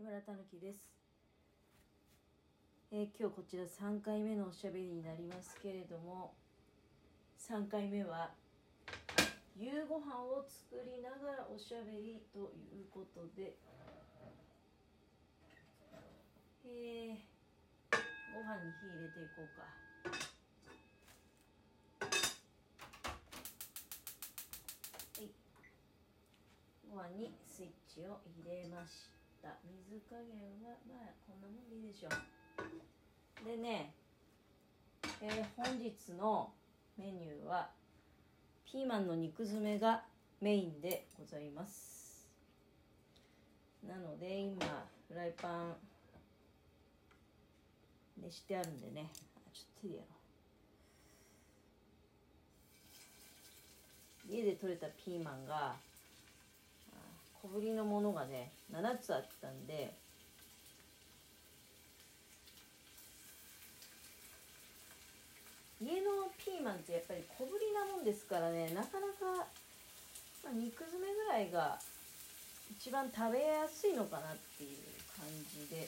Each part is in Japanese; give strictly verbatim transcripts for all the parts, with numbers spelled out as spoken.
木村たぬきです。えー、今日こちらさんかいめのおしゃべりになりますけれども、さんかいめは夕ご飯を作りながらおしゃべりということで、えー、ご飯に火入れていこうか。はい、ご飯にスイッチを入れました。水加減はまあこんなもんでいいでしょう。でね、えー、本日のメニューはピーマンの肉詰めがメインでございます。なので今フライパン熱してあるんでね、ちょっと手でやろう。家で採れたピーマンが小ぶりのものがねななつあったんで、家のピーマンってやっぱり小ぶりなもんですからね、なかなか、まあ、肉詰めぐらいが一番食べやすいのかなっていう感じで、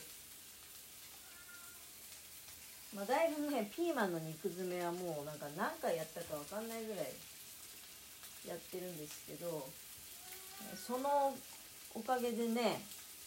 まあ、だいぶねピーマンの肉詰めはもうなんか何回やったかわかんないぐらいやってるんですけど、そのおかげでね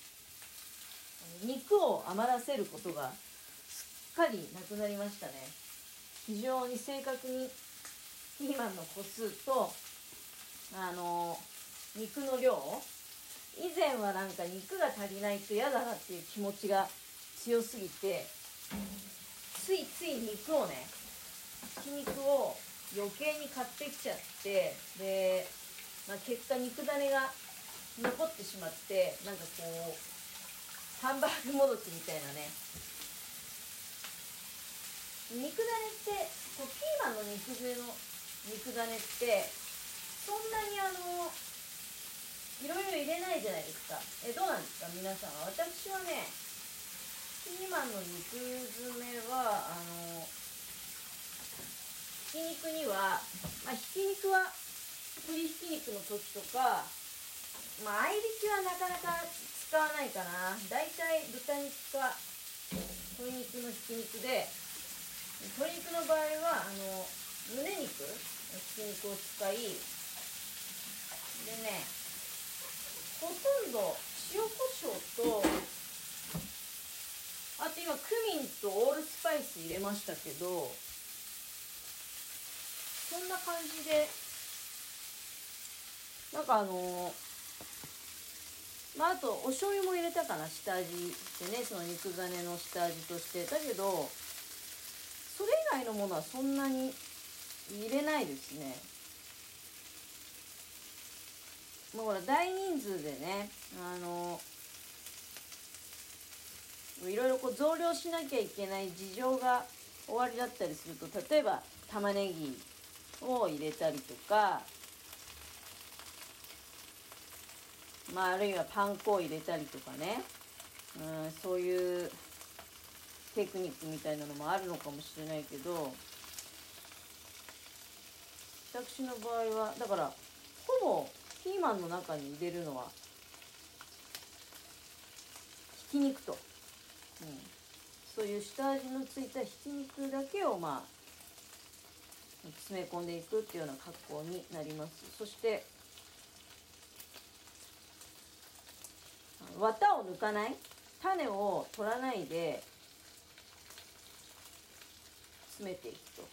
肉を余らせることがすっかりなくなりましたね。非常に正確にピーマンの個数とあの肉の量、以前はなんか肉が足りないと嫌だなっていう気持ちが強すぎて、ついつい肉をねひき肉を余計に買ってきちゃって、で、まあ、結果肉種が残ってしまって、なんかこうハンバーグもどきみたいなね、肉種ってこうピーマンの肉詰めの肉種ってそんなにあのいろいろ入れないじゃないですか。えどうなんですか皆さんは。私はねピーマンの肉詰めはあのひき肉には、まあ、ひき肉は鶏ひき肉の時とか、まあ合いびきはなかなか使わないかな。だいたい豚肉か鶏肉のひき肉で、鶏肉の場合はあの胸肉のひき肉を使い、でねほとんど塩コショウと、あと今クミンとオールスパイス入れましたけど、そんな感じでなんかあのまああとお醤油も入れたかな、下味でね、その肉種の下味として。だけどそれ以外のものはそんなに入れないですね。もうほら大人数でね、あのいろいろこう増量しなきゃいけない事情がおありだったりすると、例えば玉ねぎを入れたりとか、まあ、あるいはパン粉を入れたりとかね、うん、そういうテクニックみたいなのもあるのかもしれないけど、私の場合はだからほぼピーマンの中に入れるのはひき肉と、うん、そういう下味のついたひき肉だけをまあ詰め込んでいくっていうような格好になります。そして綿を抜かない、種を取らないで詰めていくと、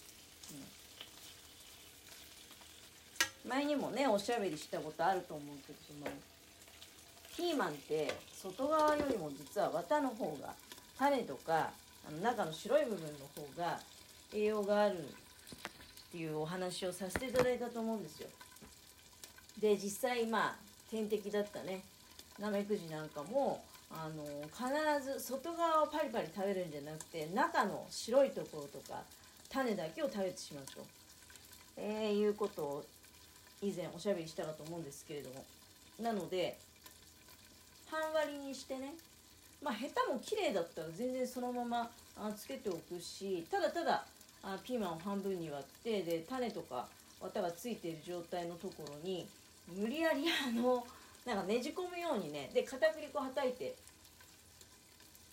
うん、前にもねおしゃべりしたことあると思うけど、そのピーマンって外側よりも実は綿の方が、種とかあの中の白い部分の方が栄養があるっていうお話をさせていただいたと思うんですよ。で実際まあ天敵だったねナメクジなんかもあの必ず外側をパリパリ食べるんじゃなくて、中の白いところとか種だけを食べてしまうと、えー、いうことを以前おしゃべりしたかと思うんですけれども、なので半割りにしてね、まあヘタも綺麗だったら全然そのままあつけておくし、ただただあピーマンを半分に割って、で種とか綿がついている状態のところに無理やりあのなんかねじ込むようにね、で片栗粉はたいて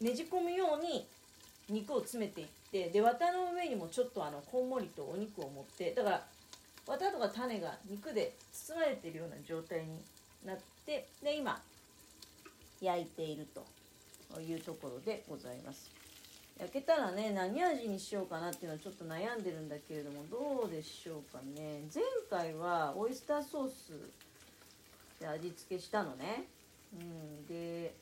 ねじ込むように肉を詰めていって、で綿の上にもちょっとあのこんもりとお肉を持って、だから綿とか種が肉で包まれているような状態になって、で今焼いているというところでございます。焼けたらね、何味にしようかなっていうのはちょっと悩んでるんだけれども、どうでしょうかね。前回はオイスターソースで味付けしたのね。うん、で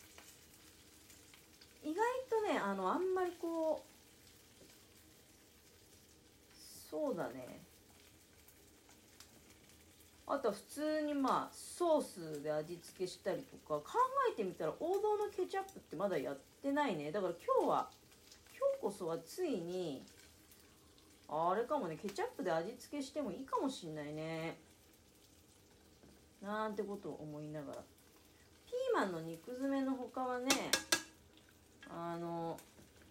意外とね、あのあんまりこう、そうだね、あとは普通にまあソースで味付けしたりとか、考えてみたら王道のケチャップってまだやってないね。だから今日は今日こそはついにあれかもね、ケチャップで味付けしてもいいかもしんないね、なんてことを思いながら。ピーマンの肉詰めの他はね、あの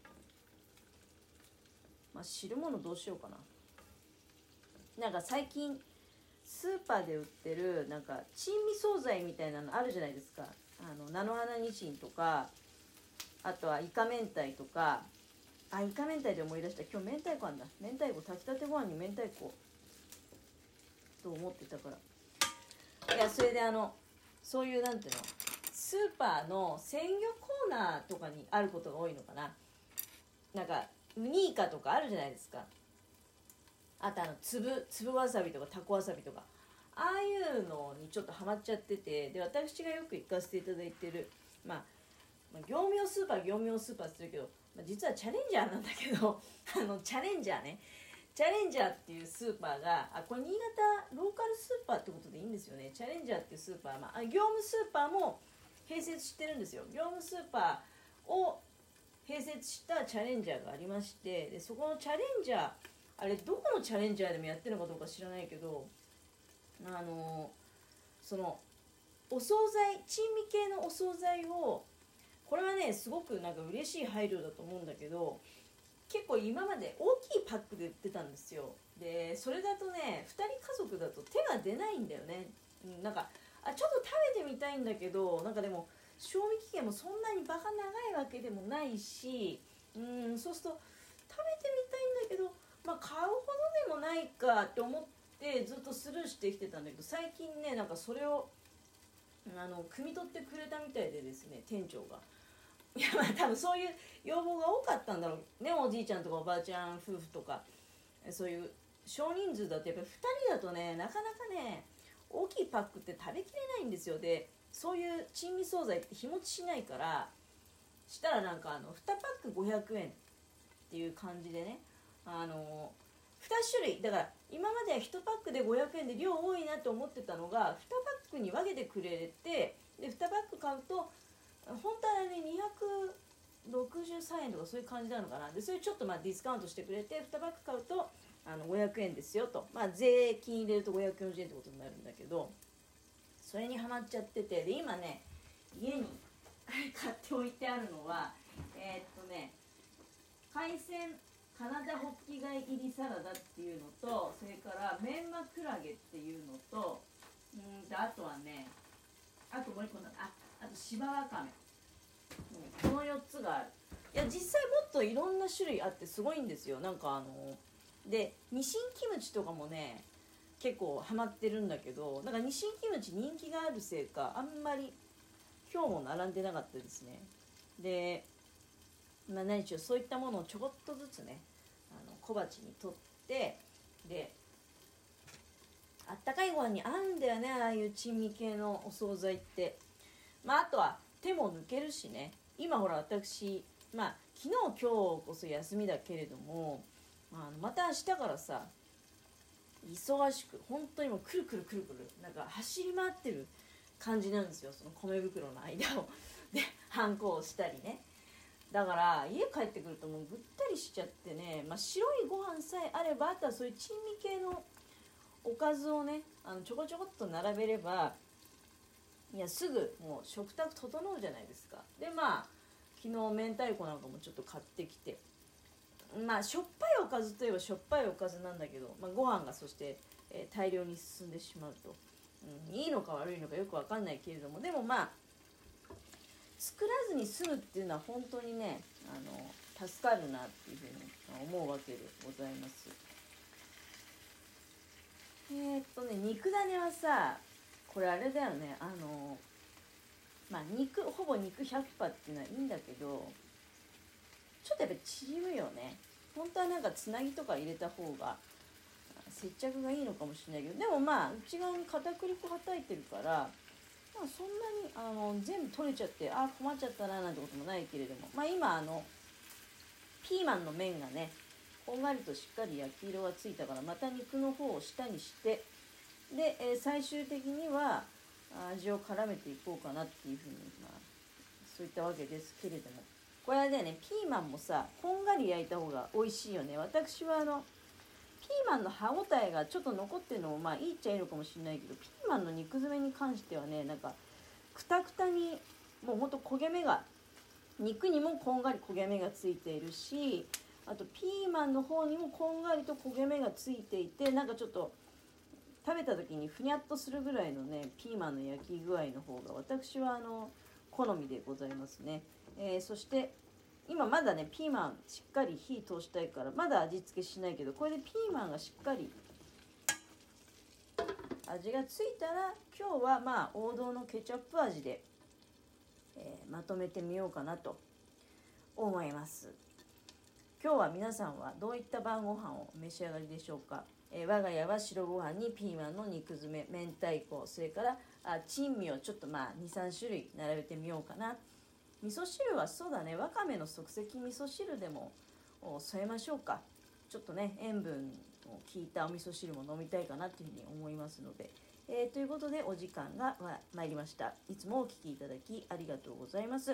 まあ汁物どうしようかな。なんか最近スーパーで売ってるなんか珍味惣菜みたいなのあるじゃないですか。あの菜の花ニシンとか、あとはイカ明太とか、あ、イカ明太で思い出した。今日明太子あんだ。明太子、炊きたてご飯に明太子と思ってたから。いや、それであのそういうなんていうの、スーパーの鮮魚コーナーとかにあることが多いのかな。なんかウニイカとかあるじゃないですか。あとあの粒粒わさびとかタコわさびとか、ああいうのにちょっとハマっちゃってて、で私がよく行かせていただいてる、まあ、まあ、業務用スーパー業務用スーパーって言ってるけど、まあ、実はチャレンジャーなんだけどあのチャレンジャーね、チャレンジャーっていうスーパーが、あ、これ新潟ローカルスーパーってことでいいんですよね。チャレンジャーっていうスーパー、まあ、業務スーパーも併設してるんですよ。業務スーパーを併設したチャレンジャーがありまして、でそこのチャレンジャー、あれどこのチャレンジャーでもやってるのかどうか知らないけど、あのそのお惣菜、珍味系のお惣菜を、これはねすごくなんか嬉しい配慮だと思うんだけど、結構今まで大きいパックで売ってたんですよ。でそれだとね、ふたり家族だと手が出ないんだよね。うん、なんかあちょっと食べてみたいんだけど、なんかでも賞味期限もそんなにバカ長いわけでもないし、うん、そうすると食べてみたいんだけど、まあ買うほどでもないかって思ってずっとスルーしてきてたんだけど、最近ねなんかそれをあの汲み取ってくれたみたいでですね、店長が。いやまあ多分そういう要望が多かったんだろうね。おじいちゃんとかおばあちゃん夫婦とか、そういう少人数だとやっぱりふたりだとね、なかなかね大きいパックって食べきれないんですよ。でそういう珍味惣菜って日持ちしないから、したらなんかあのにパックごひゃくえんっていう感じでね、あのに種類だから、今まではいちパックでごひゃくえんで量多いなと思ってたのがにパックに分けてくれて、でにパック買うと本当はねにひゃくろくじゅうさんえんとかそういう感じなのかな。でそれちょっとまあディスカウントしてくれてにパック買うとあのごひゃくえんですよと、まあ税金入れるとごひゃくよんじゅうえんってことになるんだけど、それにハマっちゃってて、で今ね家に買っておいてあるのは、えー、っとね海鮮カナダホッキ貝入りサラダっていうのと、それからメンマクラゲっていうのと、うんとあとはね、あともう一個な、ああと柴わかめ、うん、このよっつがある。いや実際もっといろんな種類あってすごいんですよ。なんかあのでニシンキムチとかもね結構ハマってるんだけど、なんかニシンキムチ人気があるせいかあんまり今日も並んでなかったですね。でまあ、何しろそういったものをちょこっとずつねあの小鉢に取って、であったかいご飯に合うんだよね、ああいう珍味系のお惣菜って。まああとは手も抜けるしね。今ほら私まあ昨日今日こそ休みだけれども、あのまた明日からさ忙しく本当にもうくるくるくるくるなんか走り回ってる感じなんですよ、その米袋の間をでハンコをしたりね。だから家帰ってくるともうぐったりしちゃってね、まあ、白いご飯さえあれば、あとはそういう珍味系のおかずをねあのちょこちょこっと並べれば、いやすぐもう食卓整うじゃないですか。でまあ昨日明太子なんかもちょっと買ってきて、まあしょっぱいおかずといえばしょっぱいおかずなんだけど、まあ、ご飯がそして、えー、大量に進んでしまうと、うん、いいのか悪いのかよく分かんないけれども、でもまあ作らずに済むっていうのは本当にね、あの助かるなっていうふうに思うわけでございます。えー、っとね肉ダネはさ、これあれだよね、あのまあ肉ほぼ肉ひゃくパっていうのはいいんだけど、ちょっとやっぱ縮むよね。本当はなんかつなぎとか入れた方が接着がいいのかもしれないけど、でもまあ内側に片栗粉はたいてるから、まあ、そんなにあの全部取れちゃってあ困っちゃったななんてこともないけれども、まあ今あのピーマンの面がねこんがりとしっかり焼き色がついたから、また肉の方を下にして、で、えー最終的には味を絡めていこうかなっていうふうに、まあ、そういったわけですけれども、これはねピーマンもさこんがり焼いた方が美味しいよね。私はあのピーマンの歯ごたえがちょっと残ってるのもまあいいっちゃいいのかもしれないけど、ピーマンの肉詰めに関してはね、なんかくたくたにもうほんと焦げ目が、肉にもこんがり焦げ目がついているし、あとピーマンの方にもこんがりと焦げ目がついていて、なんかちょっと食べた時にふにゃっとするぐらいのねピーマンの焼き具合の方が私はあの好みでございますね。えー、そして今まだねピーマンしっかり火通したいからまだ味付けしないけど、これでピーマンがしっかり味がついたら今日はまあ王道のケチャップ味で、えーまとめてみようかなと思います。今日は皆さんはどういった晩ご飯をお召し上がりでしょうか。えー我が家は白ご飯にピーマンの肉詰め、明太子、それからあ珍味をちょっとまあにさん種類並べてみようかな。味噌汁はそうだね、わかめの即席味噌汁でも添えましょうか。ちょっとね塩分を効いたお味噌汁も飲みたいかなというふうに思いますので、えーということでお時間が参りました。いつもお聞きいただきありがとうございます。